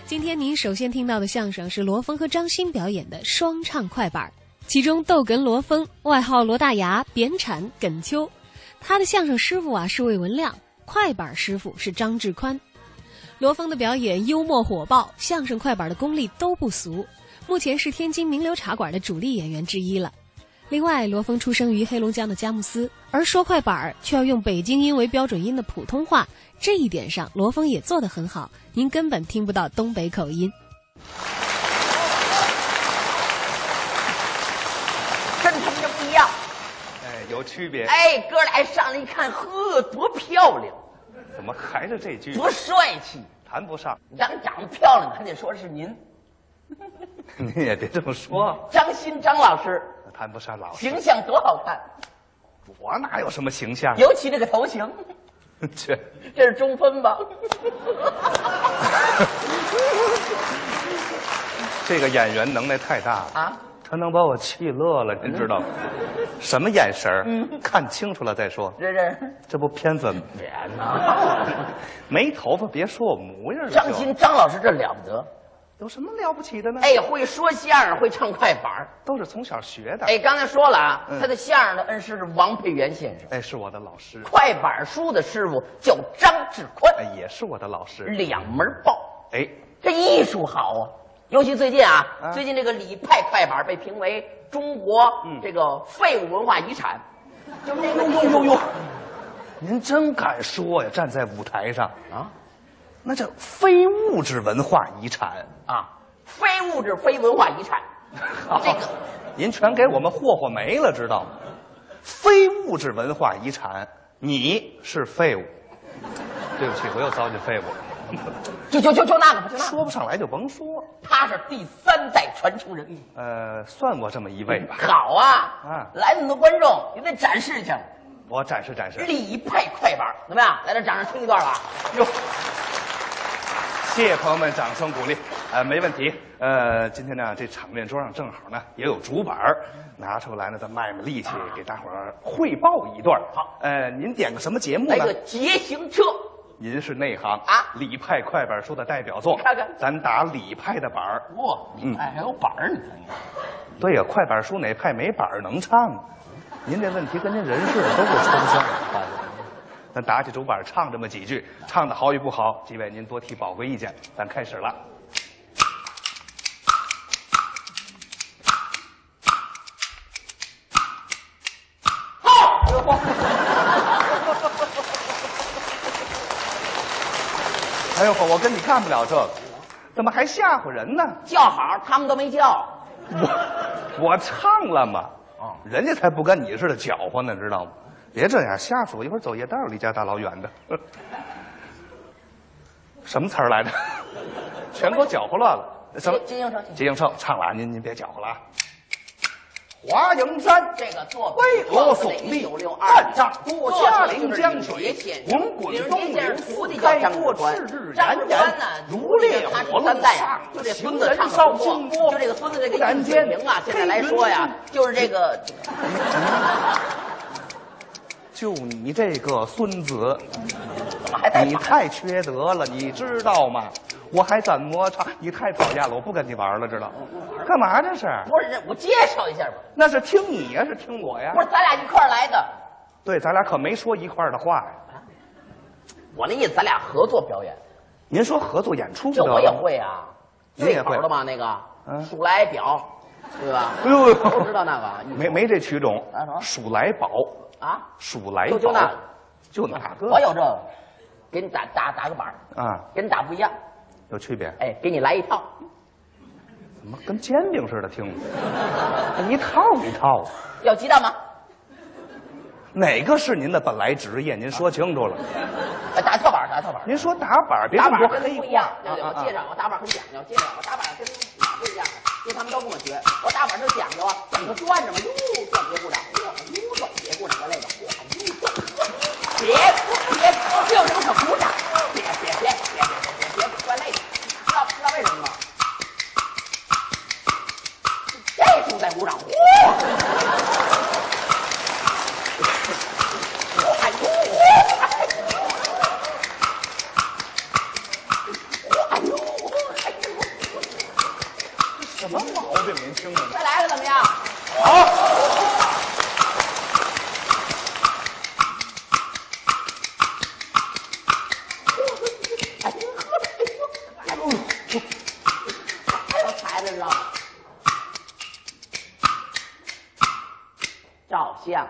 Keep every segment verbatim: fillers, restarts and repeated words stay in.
今天您首先听到的相声是罗峰和张欣表演的双唱快板，其中逗哏罗峰外号罗大牙，扁铲耿秋，他的相声师傅啊是魏文亮，快板师傅是张志宽。罗峰的表演幽默火爆，相声快板的功力都不俗，目前是天津名流茶馆的主力演员之一了。另外，罗峰出生于黑龙江的佳木斯，而说快板却要用北京音为标准音的普通话，这一点上罗峰也做得很好，您根本听不到东北口音。 真他妈不一样！ 哎，有区别。 哎，哥俩上来一看，呵，多漂亮！ 怎么还是这句？ 多帅气！ 谈不上。 让长得漂亮，还得说是您。 您也别这么说。 张欣张老师。 谈不上老师。 形象多好看！ 我哪有什么形象？ 尤其这个头型。 这这是中分吧？ 这个演员能耐太大了啊！ 他能把我气乐了，您知道吗？什么眼神儿？嗯，看清楚了再说。 这这这不偏分吗？ 天哪！ 没头发，别说我模样了。 张欣张老师这了不得， 有什么了不起的呢？ 哎，会说相声，会唱快板， 都是从小学的。 哎，刚才说了啊， 嗯、 他的相声的恩师是王佩元先生， 哎，是我的老师。 快板书的师傅叫张志宽， 哎，也是我的老师。 两门报。 哎， 这艺术好啊。尤其最近啊， 啊最近这个李派快板被评为中国这个废物文化遗产，嗯、就是那个呦呦呦，您真敢说呀！站在舞台上啊， 那叫非物质文化遗产啊，非物质非文化遗产。这个您全给我们霍霍没了，知道吗？非物质文化遗产，你是废物。对不起，我又糟践废物了。 就就就就那个吧，就那个。 说不上来就甭说。 他是第三代传承人。 呃，算我这么一位吧。 好啊， 啊， 来那么多观众，你得展示一下。 我展示展示。 李派快板怎么样？来这掌声听一段吧。 哟，谢谢朋友们掌声鼓励。呃，没问题。呃，今天呢，这场面桌上正好呢也有竹板，拿出来呢，咱卖卖力气，给大伙儿汇报一段。 好， 呃，您点个什么节目呢？ 来个捷行车。 您是内行啊， 李派快板说的代表作， 看看， 咱打李派的板儿。 哇，李派还有板儿，你看看。 对呀，快板书哪派没板儿能唱啊？您这问题跟您人事都不抽象。咱打起竹板唱这么几句，唱的好与不好，几位您多提宝贵意见。咱开始了。哎呦，我跟你干不了这个，怎么还吓唬人呢？ 叫好，他们都没叫。 我我唱了嘛，哦，人家才不跟你似的搅和呢，知道吗？别这样吓死我！一会儿走夜道，离家大老远的。什么词儿来着？全给我搅和乱了。什么？ 金鹰城， 金鹰城唱了，您您别搅和了啊。华蓥山， 这个做巍峨耸立，万丈多虾陵江水，滚滚东流四开多，赤日炎炎，如烈火三代啊！ 就这孙子唱的不错，就这个孙子这个音水平啊，现在来说呀，就是这个。 就你这个孙子，你太缺德了，你知道吗？我还怎么唱？你太讨厌了，我不跟你玩了，知道？干嘛这是？ 不是，我介绍一下吧。 那是听你呀，是听我呀？ 不是，咱俩一块儿来的。 对，咱俩可没说一块儿的话呀。 我那意思，咱俩合作表演。 您说合作演出？ 这我也会啊。 您也会的吗？那个， 嗯， 数来宝，对吧？ 哎呦， 都知道那个。 没没这曲种。 啊什么？ 数来宝啊？ 数来宝。 就就那个， 就哪个？ 我有这个，给你打打打个板啊， 跟你打不一样。 有区别。 哎，给你来一套。 怎么跟煎饼似的听着？一套一套。 要鸡蛋吗？ 哪个是您的本来职业？您说清楚了。 哎，打跳板，打跳板。 您说打板，别打板跟不一样。对对，我介绍，我打板很讲究。介绍，我打板跟不一样的，因为他们都跟我学。我打板就讲究啊，讲究转着嘛，哟转别鼓掌，哟转别鼓掌的那种。别别，这有什么可鼓掌？别别别别别别别别怪累的，知道知道为什么吗？这时候在鼓掌，哇！哎呦！哎呦！哎呦！ 什么毛病？您听着呢？ 再来个怎么样？ 好。 哎呦，哎呦，还有才的呢。照相。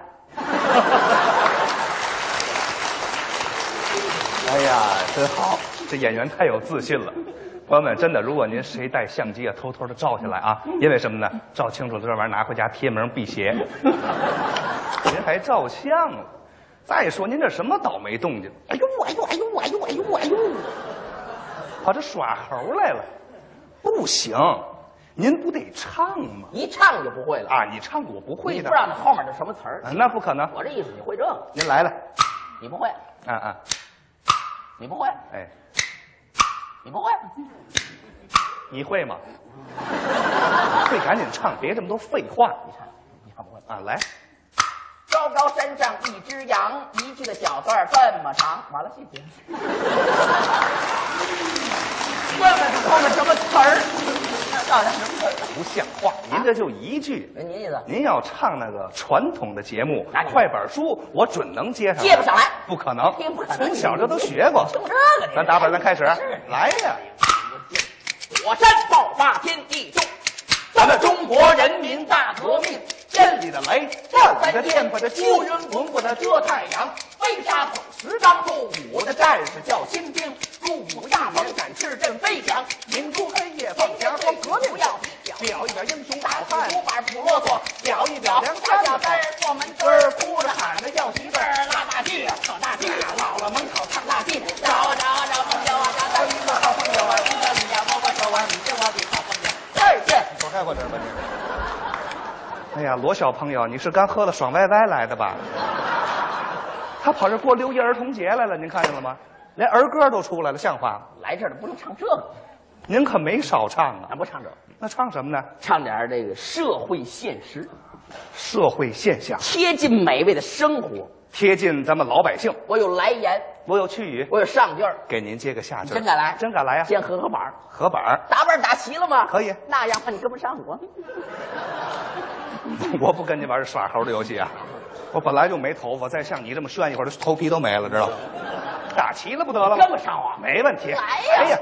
哎呀，真好，这演员太有自信了。朋友们，真的，如果您谁带相机啊，偷偷的照下来啊，因为什么呢？照清楚了这玩意儿拿回家贴门辟邪。您还照相了？再说您这什么倒霉动静？ 哎呦，哎呦，哎呦，哎呦，哎呦，哎呦， 跑这耍猴来了？不行，您不得唱吗？ 一唱就不会了啊，你唱我不会的。 你不知道那后面的什么词儿？ 啊，那不可能。 我这意思，你会这个？ 您来了。 你不会？ 啊啊， 你不会？ 哎， 你不会？ 你会吗？会赶紧唱，别这么多废话。 你唱，你唱不会啊？来， 高高山上一只羊，一句的小段这么长，完了，谢谢。问问他后面什么词儿？到底什么词儿？ 不像话！您这就一句。 哎，您意思？ 您要唱那个传统的节目那你快板书，我准能接上。 接不上来， 不可能， 听不可能从小这都学过。 听这个， 咱打板，咱开始， 是来呀！ 火山爆发天地中，咱们中国人民大革命， 天里的雷，这里的电，把这乌云滚滚的遮太阳，飞沙走石当入伍的战士叫新兵，入伍大门展翅阵飞翔，民族黑夜放翔，说革命要表一表英雄大汉，竹板不啰嗦，表一表梁山小子过门墩儿，哭着喊着叫媳妇儿，拉大锯扯大锯，姥姥门口唱大戏，找啊找啊找朋友啊，找到一个好朋友啊，你叫你呀，我我说啊，你是我的好朋友，再见。 躲开我这儿吧你。哎呀，罗小朋友，你是刚喝了爽歪歪来的吧？他跑这过六一儿童节来了，您看见了吗？连儿歌都出来了，像话吗？ 来这儿的不能唱这个， 您可没少唱啊！ 咱不唱这个， 那唱什么呢？ 唱点儿这个社会现实， 社会现象， 贴近美味的生活。 贴近咱们老百姓。 我有来言， 我有去语， 我有上句儿， 给您接个下句。 真敢来？ 真敢来呀！ 先合合板儿， 合板儿， 打板儿打齐了吗？ 可以。 那样怕你跟不上我。 我不跟你玩这耍猴的游戏啊！我本来就没头发，再像你这么炫一会儿，这头皮都没了，知道吗？打齐了不得了吗？ 跟不上我， 没问题。 来呀！ 哎呀！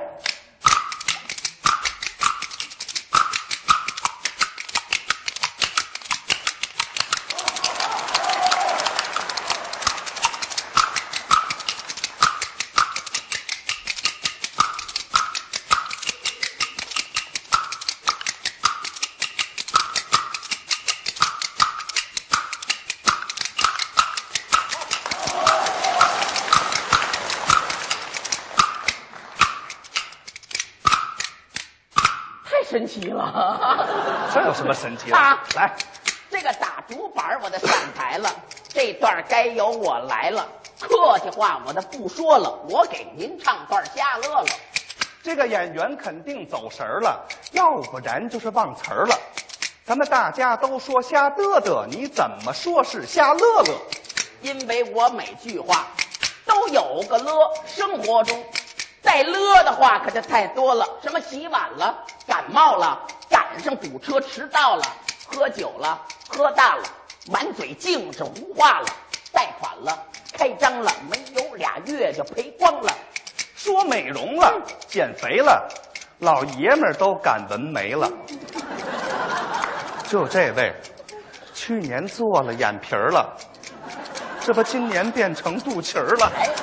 神奇了， 这有什么神奇的？ 啊来， 这个打竹板儿我的上台了，这段该由我来了。客气话我的不说了，我给您唱段瞎乐了。 这个演员肯定走神儿了，要不然就是忘词儿了。咱们大家都说瞎嘚嘚，你怎么说是瞎乐乐？ 因为我每句话都有个乐，生活中带乐的话可就太多了，什么洗碗了，感冒了，赶上堵车迟到了，喝酒了，喝大了，满嘴净是胡话了，贷款了，开张了，没有俩月就赔光了， 说美容了，减肥了，老爷们儿都赶纹眉了。就这位，去年做了眼皮儿了，这不今年变成肚脐儿了。 哎，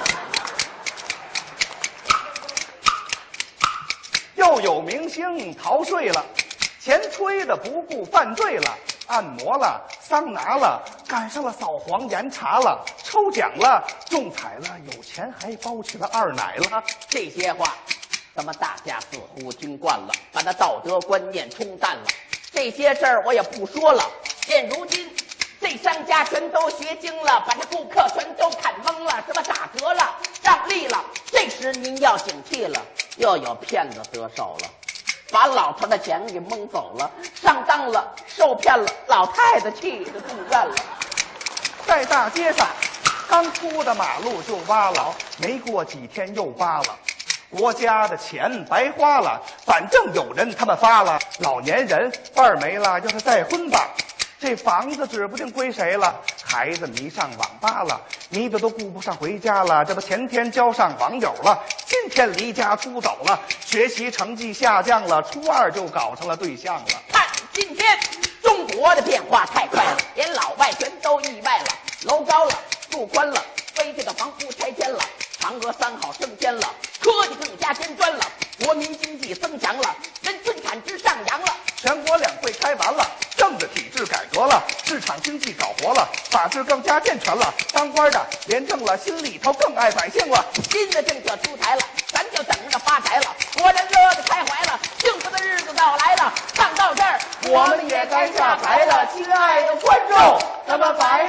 又有明星逃税了，钱吹的不顾犯罪了，按摩了，桑拿了，赶上了扫黄严查了，抽奖了，中彩了，有钱还包起了二奶了。 这些话，咱们大家似乎听惯了，把那道德观念冲淡了。这些事儿我也不说了。现如今，这商家全都学精了，把这顾客全都看懵了，什么打折了，让利了。这时您要警惕了，又有骗子得手了，把老头的钱给蒙走了，上当了，受骗了，老太太气得住院了。 在大街上，刚出的马路就挖了，没过几天又挖了。 国家的钱白花了，反正有人他们发了。老年人伴儿没了，要是再婚吧，这房子指不定归谁了。孩子迷上网吧了，迷的都顾不上回家了。这不前天交上网友了，今天离家出走了。学习成绩下降了，初二就搞上了对象了。 看今天中国的变化太快了，连老外全都意外了。楼高了，路宽了，飞机的房屋拆迁了，嫦娥三好升天了，科技更加尖端了，国民经济增强了，人均产值上扬了。 全国两会开完了，政治体制改革了，市场经济搞活了，法治更加健全了，当官的廉政了，心里头更爱百姓了。 新的政策出台了，咱就等着发财了，国人乐得开怀了，幸福的日子到来了。唱到这儿，我们也该下台了。亲爱的观众，咱们白